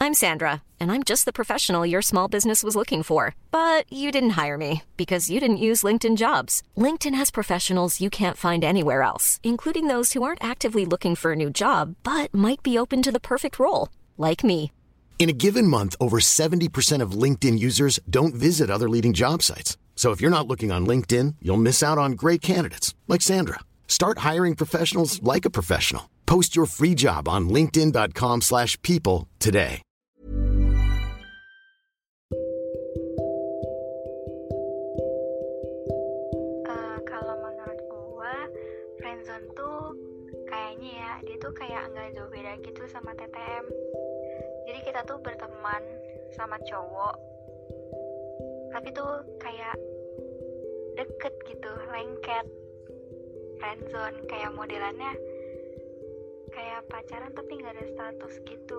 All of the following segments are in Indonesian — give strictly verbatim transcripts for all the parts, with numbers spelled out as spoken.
I'm Sandra, and I'm just the professional your small business was looking for. But you didn't hire me because you didn't use LinkedIn Jobs. LinkedIn has professionals you can't find anywhere else, including those who aren't actively looking for a new job, but might be open to the perfect role, like me. In a given month, over seventy percent of LinkedIn users don't visit other leading job sites. So if you're not looking on LinkedIn, you'll miss out on great candidates like Sandra. Start hiring professionals like a professional. Post your free job on linkedin.com slash people today. Uh, kalau menurut gua, friendzone tuh kayaknya ya, dia tuh kayak nggak jauh beda gitu sama T T M. Jadi kita tuh berteman sama cowok, tapi tuh kayak deket gitu, lengket. Friendzone kayak modelannya kayak pacaran tapi nggak ada status gitu.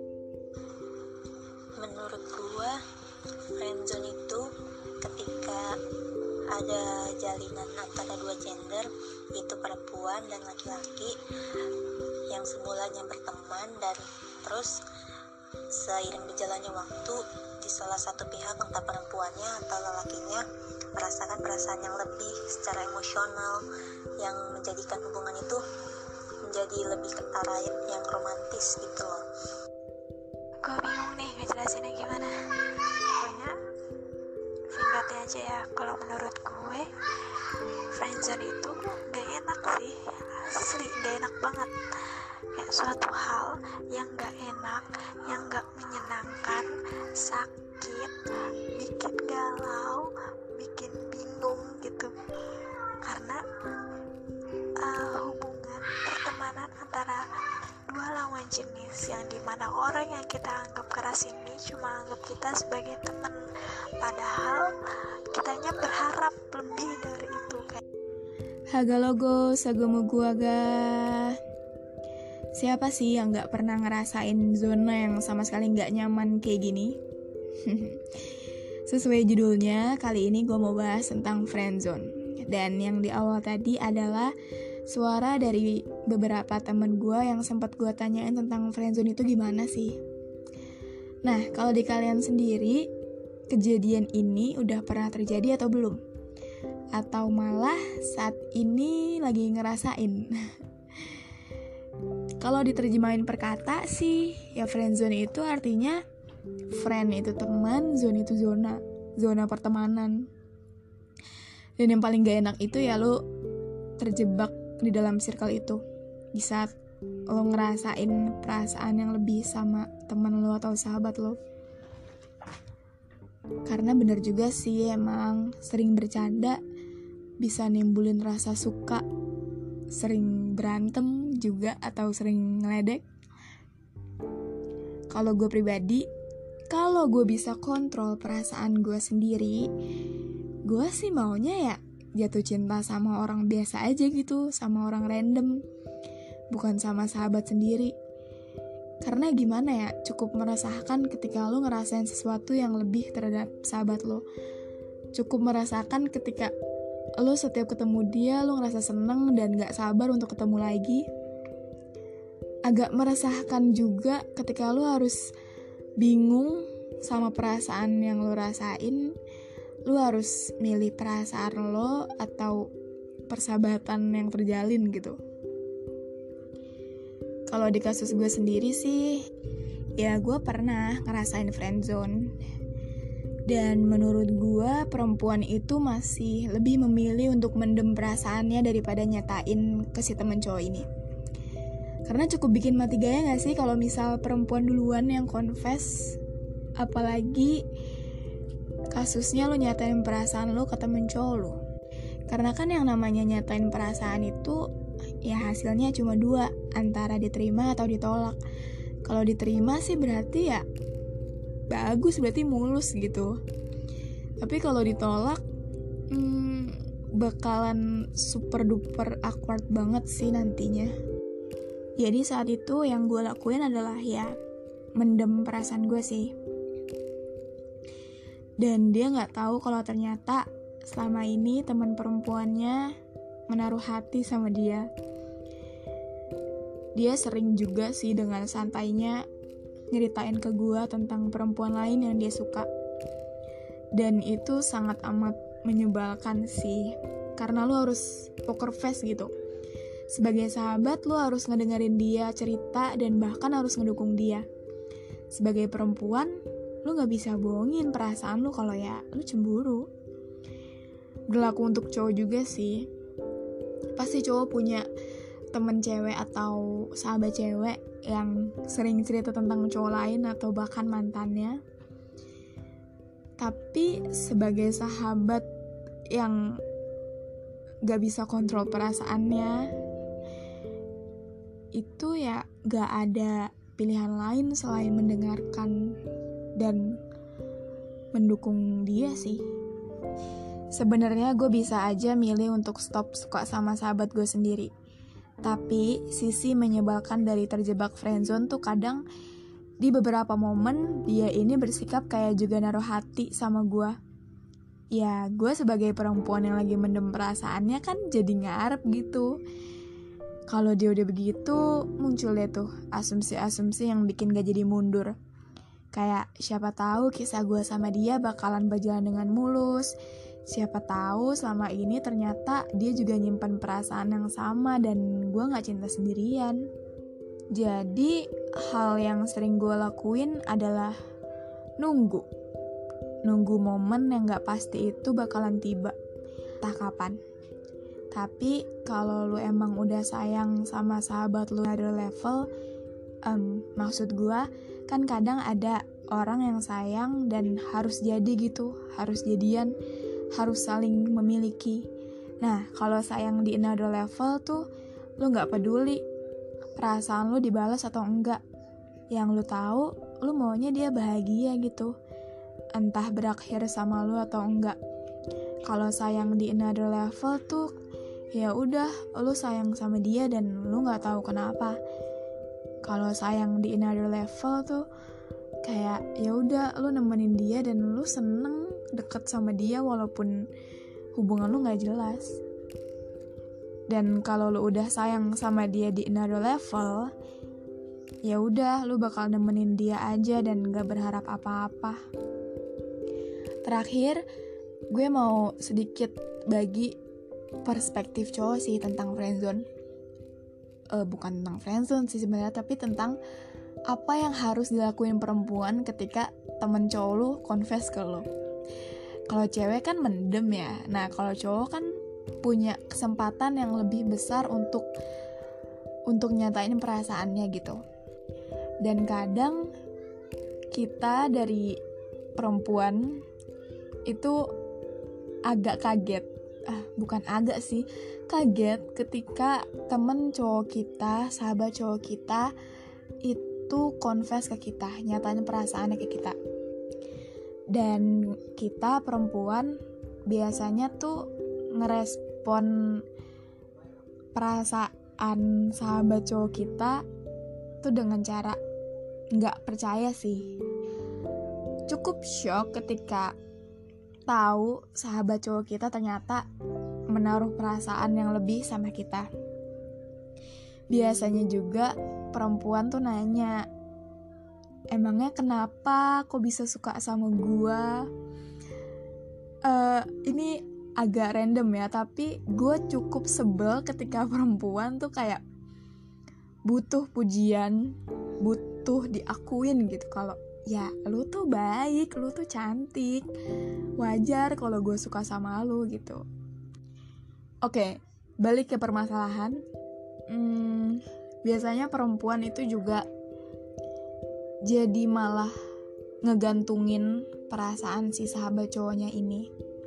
Menurut gua, friendzone itu ketika ada jalinan antara dua gender, yaitu perempuan dan laki-laki yang semulanya berteman, dan terus seiring berjalannya waktu di salah satu pihak, entah perempuannya atau lelakinya, merasakan perasaan yang lebih secara emosional yang menjadikan hubungan itu menjadi lebih ke arah yang romantis gitu loh. Gue bingung nih ngejelasinnya gimana. Pokoknya singkatnya aja ya, kalau menurut gue friendzone itu gak enak sih, asli gak enak banget. Kayak suatu hal yang gak enak, yang gak menyenangkan, sakit, bikin galau, bikin bingung gitu. Karena uh, hubungan pertemanan antara dua lawan jenis yang dimana orang yang kita anggap keras ini cuma anggap kita sebagai teman, padahal kitanya berharap lebih dari itu kan. Haga logo sagomo gua ga. Siapa sih yang gak pernah ngerasain zona yang sama sekali gak nyaman kayak gini? Sesuai judulnya, kali ini gue mau bahas tentang friendzone. Dan yang di awal tadi adalah suara dari beberapa temen gue yang sempat gue tanyain tentang friendzone itu gimana sih. Nah, kalau di kalian sendiri, kejadian ini udah pernah terjadi atau belum? Atau malah saat ini lagi ngerasain? Kalau diterjemahin per kata sih, ya friendzone itu artinya friend itu teman, zone itu zona, zona pertemanan. Dan yang paling gak enak itu ya lo terjebak di dalam circle itu di saat lo ngerasain perasaan yang lebih sama teman lo atau sahabat lo. Karena bener juga sih, emang sering bercanda bisa nimbulin rasa suka, sering berantem juga atau sering ngeledek. Kalau gue pribadi, kalau gue bisa kontrol perasaan gue sendiri, gue sih maunya ya jatuh cinta sama orang biasa aja gitu, sama orang random, bukan sama sahabat sendiri. Karena gimana ya, cukup merasakan ketika lo ngerasain sesuatu yang lebih terhadap sahabat lo. Cukup merasakan ketika lo setiap ketemu dia lo ngerasa seneng dan gak sabar untuk ketemu lagi. Agak meresahkan juga ketika lo harus bingung sama perasaan yang lo rasain. Lo harus milih perasaan lo atau persahabatan yang terjalin gitu. Kalau di kasus gue sendiri sih, ya gue pernah ngerasain friendzone. Dan menurut gue perempuan itu masih lebih memilih untuk mendem perasaannya daripada nyatain ke si temen cowok ini. Karena cukup bikin mati gaya gak sih kalau misal perempuan duluan yang confess, apalagi kasusnya lo nyatain perasaan lo ke temen cowok lo. Karena kan yang namanya nyatain perasaan itu ya hasilnya cuma dua, antara diterima atau ditolak. Kalau diterima sih berarti ya bagus, berarti mulus gitu. Tapi kalau ditolak hmm, bakalan super duper awkward banget sih nantinya. Jadi saat itu yang gue lakuin adalah ya mendem perasaan gue sih. Dan dia gak tahu kalau ternyata selama ini teman perempuannya menaruh hati sama dia. Dia sering juga sih dengan santainya nyeritain ke gue tentang perempuan lain yang dia suka. Dan itu sangat amat menyebalkan sih, karena lu harus poker face gitu. Sebagai sahabat, lu harus ngedengerin dia cerita dan bahkan harus ngedukung dia. Sebagai perempuan, lu gak bisa bohongin perasaan lu kalau ya lu cemburu. Berlaku untuk cowok juga sih. Pasti cowok punya temen cewek atau sahabat cewek yang sering cerita tentang cowok lain atau bahkan mantannya. Tapi sebagai sahabat yang gak bisa kontrol perasaannya, itu ya gak ada pilihan lain selain mendengarkan dan mendukung dia sih. Sebenarnya gue bisa aja milih untuk stop suka sama sahabat gue sendiri. Tapi sisi menyebalkan dari terjebak friendzone tuh kadang di beberapa momen dia ini bersikap kayak juga naruh hati sama gue. Ya gue sebagai perempuan yang lagi mendem perasaannya kan jadi ngarep gitu. Kalau dia udah begitu, muncul deh tuh asumsi-asumsi yang bikin gak jadi mundur. Kayak siapa tahu kisah gue sama dia bakalan berjalan dengan mulus. Siapa tahu selama ini ternyata dia juga nyimpan perasaan yang sama dan gue gak cinta sendirian. Jadi hal yang sering gue lakuin adalah nunggu. Nunggu momen yang gak pasti itu bakalan tiba. Entah kapan. Tapi kalau lu emang udah sayang sama sahabat lu dari level, um, maksud gue kan kadang ada orang yang sayang dan harus jadi gitu, harus jadian, harus saling memiliki. Nah kalau sayang di another level tuh lu gak peduli perasaan lu dibalas atau enggak. Yang lu tahu, lu maunya dia bahagia gitu. Entah berakhir sama lu atau enggak. Kalau sayang di another level tuh, ya udah, lu sayang sama dia dan lu nggak tahu kenapa. Kalau sayang di another level tuh, kayak ya udah, lu nemenin dia dan lu seneng deket sama dia walaupun hubungan lu nggak jelas. Dan kalau lu udah sayang sama dia di another level, ya udah lu bakal nemenin dia aja dan gak berharap apa-apa. Terakhir, gue mau sedikit bagi perspektif cowok sih tentang friendzone. Uh, bukan tentang friendzone sih sebenarnya, tapi tentang apa yang harus dilakuin perempuan ketika temen cowok lu confess ke lu. Kalau cewek kan mendem ya. Nah kalau cowok kan punya kesempatan yang lebih besar untuk untuk nyatain perasaannya gitu. Dan kadang kita dari perempuan itu agak kaget, ah bukan agak sih, kaget ketika temen cowok kita, sahabat cowok kita itu confess ke kita, nyatain perasaannya ke kita. Dan kita perempuan biasanya tuh ngerespon perasaan sahabat cowok kita tuh dengan cara nggak percaya sih. Cukup shock ketika tahu sahabat cowok kita ternyata menaruh perasaan yang lebih sama kita. Biasanya juga perempuan tuh nanya, emangnya kenapa kok bisa suka sama gua? Uh, ini agak random ya, tapi gue cukup sebel ketika perempuan tuh kayak butuh pujian, butuh diakuin gitu. Kalau ya lu tuh baik, lu tuh cantik, wajar kalau gue suka sama lu gitu. Oke, balik ke permasalahan. hmm, Biasanya perempuan itu juga jadi malah ngegantungin perasaan si sahabat cowoknya ini.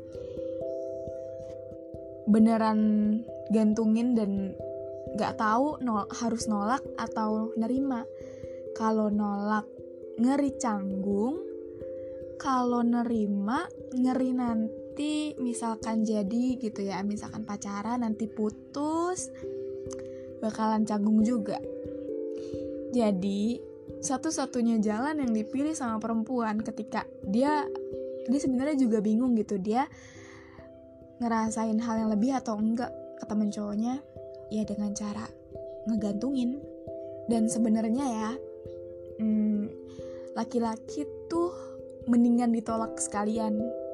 Beneran gantungin dan gak tahu nol, harus nolak atau nerima. Kalau nolak ngeri canggung, kalau nerima ngeri nanti misalkan jadi gitu ya, misalkan pacaran nanti putus, bakalan canggung juga. Jadi satu-satunya jalan yang dipilih sama perempuan ketika dia dia sebenarnya juga bingung gitu, dia ngerasain hal yang lebih atau enggak ke temen cowoknya, ya dengan cara ngegantungin. Dan sebenarnya ya, hmm, laki-laki tuh mendingan ditolak sekalian.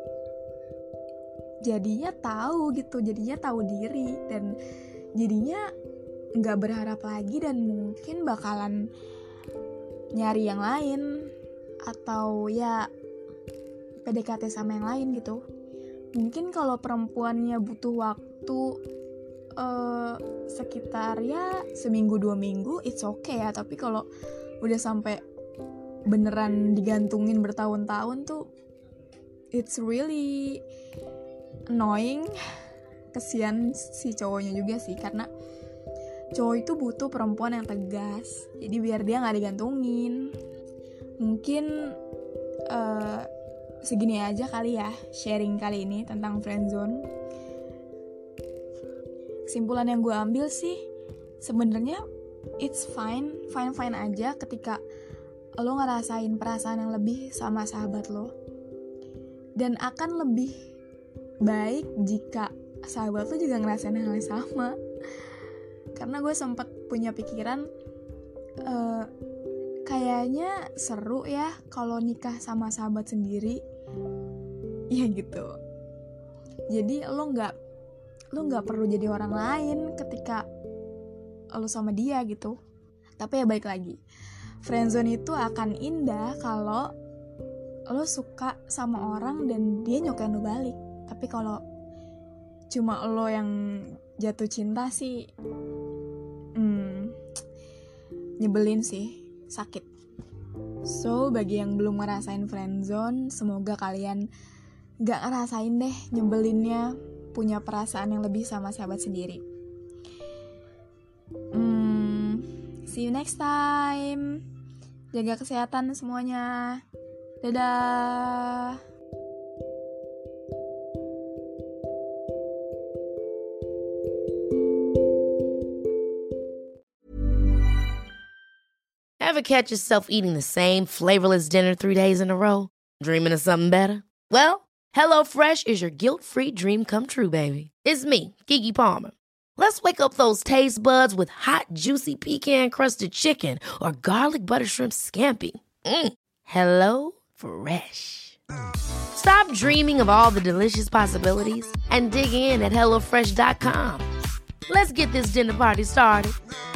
Jadinya tahu gitu, jadinya tahu diri, dan jadinya nggak berharap lagi dan mungkin bakalan nyari yang lain atau ya P D K T sama yang lain gitu. Mungkin kalau perempuannya butuh waktu uh, sekitar ya seminggu dua minggu, it's okay ya. Tapi kalau udah sampai beneran digantungin bertahun-tahun tuh, it's really annoying. Kesian si cowoknya juga sih, karena cowok itu butuh perempuan yang tegas, jadi biar dia gak digantungin. Mungkin uh, segini aja kali ya sharing kali ini tentang friendzone. Kesimpulan yang gue ambil sih, sebenarnya it's fine, fine-fine aja ketika lo ngerasain perasaan yang lebih sama sahabat lo. Dan akan lebih baik jika sahabat lo juga ngerasain hal yang sama. Karena gue sempat punya pikiran uh, kayaknya seru ya kalau nikah sama sahabat sendiri. Ya gitu. Jadi lo nggak lo nggak perlu jadi orang lain ketika lo sama dia gitu. Tapi ya balik lagi, friendzone itu akan indah kalau lo suka sama orang dan dia nyokain lo balik. Tapi kalau cuma lo yang jatuh cinta sih, hmm, nyebelin sih, sakit. So, bagi yang belum ngerasain friendzone, semoga kalian gak ngerasain deh nyebelinnya punya perasaan yang lebih sama sahabat sendiri. Hmm, see you next time. Jaga kesehatan semuanya. Dadah. Ever catch yourself eating the same flavorless dinner three days in a row? Dreaming of something better? Well, HelloFresh is your guilt-free dream come true, baby. It's me, Keke Palmer. Let's wake up those taste buds with hot, juicy pecan-crusted chicken or garlic butter shrimp scampi. Mm. Hello Fresh. Stop dreaming of all the delicious possibilities and dig in at hello fresh dot com. Let's get this dinner party started.